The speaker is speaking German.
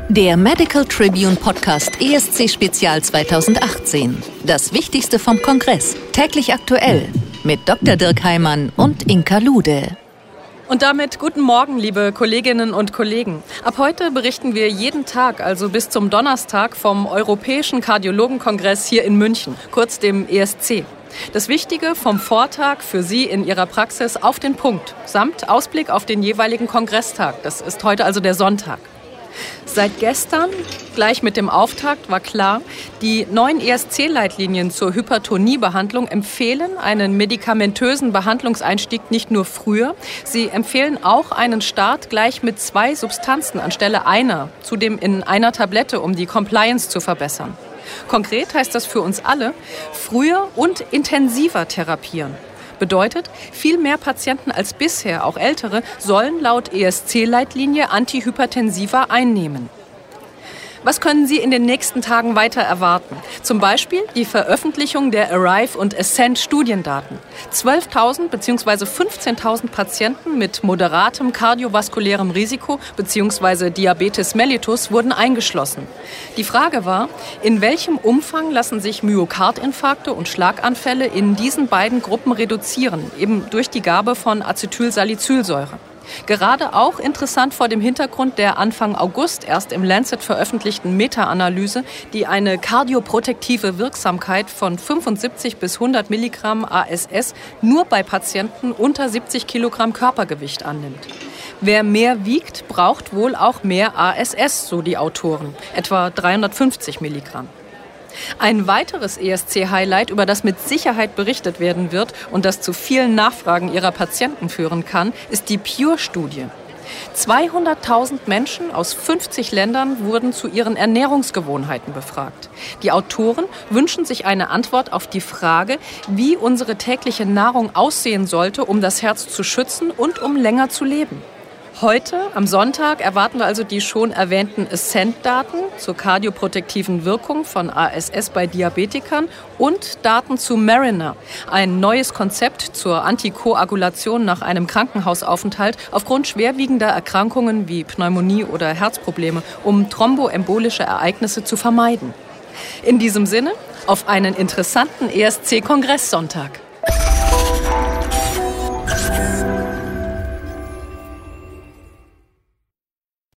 Der Medical Tribune Podcast ESC Spezial 2018. Das Wichtigste vom Kongress. Täglich aktuell. Mit Dr. Dirk Heimann und Inka Lude. Und damit guten Morgen, liebe Kolleginnen und Kollegen. Ab heute berichten wir jeden Tag, also bis zum Donnerstag, vom Europäischen Kardiologenkongress hier in München, kurz dem ESC. Das Wichtige vom Vortag für Sie in Ihrer Praxis auf den Punkt, samt Ausblick auf den jeweiligen Kongresstag. Das ist heute also der Sonntag. Seit gestern, gleich mit dem Auftakt, war klar, die neuen ESC-Leitlinien zur Hypertoniebehandlung empfehlen einen medikamentösen Behandlungseinstieg nicht nur früher, sie empfehlen auch einen Start gleich mit 2 Substanzen anstelle einer, zudem in einer Tablette, um die Compliance zu verbessern. Konkret heißt das für uns alle, früher und intensiver therapieren. Bedeutet, viel mehr Patienten als bisher, auch ältere, sollen laut ESC-Leitlinie Antihypertensiva einnehmen. Was können Sie in den nächsten Tagen weiter erwarten? Zum Beispiel die Veröffentlichung der ARRIVE und ASCENT-Studiendaten. 12.000 bzw. 15.000 Patienten mit moderatem kardiovaskulärem Risiko bzw. Diabetes mellitus wurden eingeschlossen. Die Frage war, in welchem Umfang lassen sich Myokardinfarkte und Schlaganfälle in diesen beiden Gruppen reduzieren, eben durch die Gabe von Acetylsalicylsäure. Gerade auch interessant vor dem Hintergrund der Anfang August erst im Lancet veröffentlichten Meta-Analyse, die eine kardioprotektive Wirksamkeit von 75 bis 100 Milligramm ASS nur bei Patienten unter 70 Kilogramm Körpergewicht annimmt. Wer mehr wiegt, braucht wohl auch mehr ASS, so die Autoren, etwa 350 Milligramm. Ein weiteres ESC-Highlight, über das mit Sicherheit berichtet werden wird und das zu vielen Nachfragen ihrer Patienten führen kann, ist die PURE-Studie. 200.000 Menschen aus 50 Ländern wurden zu ihren Ernährungsgewohnheiten befragt. Die Autoren wünschen sich eine Antwort auf die Frage, wie unsere tägliche Nahrung aussehen sollte, um das Herz zu schützen und um länger zu leben. Heute, am Sonntag, erwarten wir also die schon erwähnten ASCENT-Daten zur kardioprotektiven Wirkung von ASS bei Diabetikern und Daten zu Mariner, ein neues Konzept zur Antikoagulation nach einem Krankenhausaufenthalt aufgrund schwerwiegender Erkrankungen wie Pneumonie oder Herzprobleme, um thromboembolische Ereignisse zu vermeiden. In diesem Sinne, auf einen interessanten ESC-Kongresssonntag.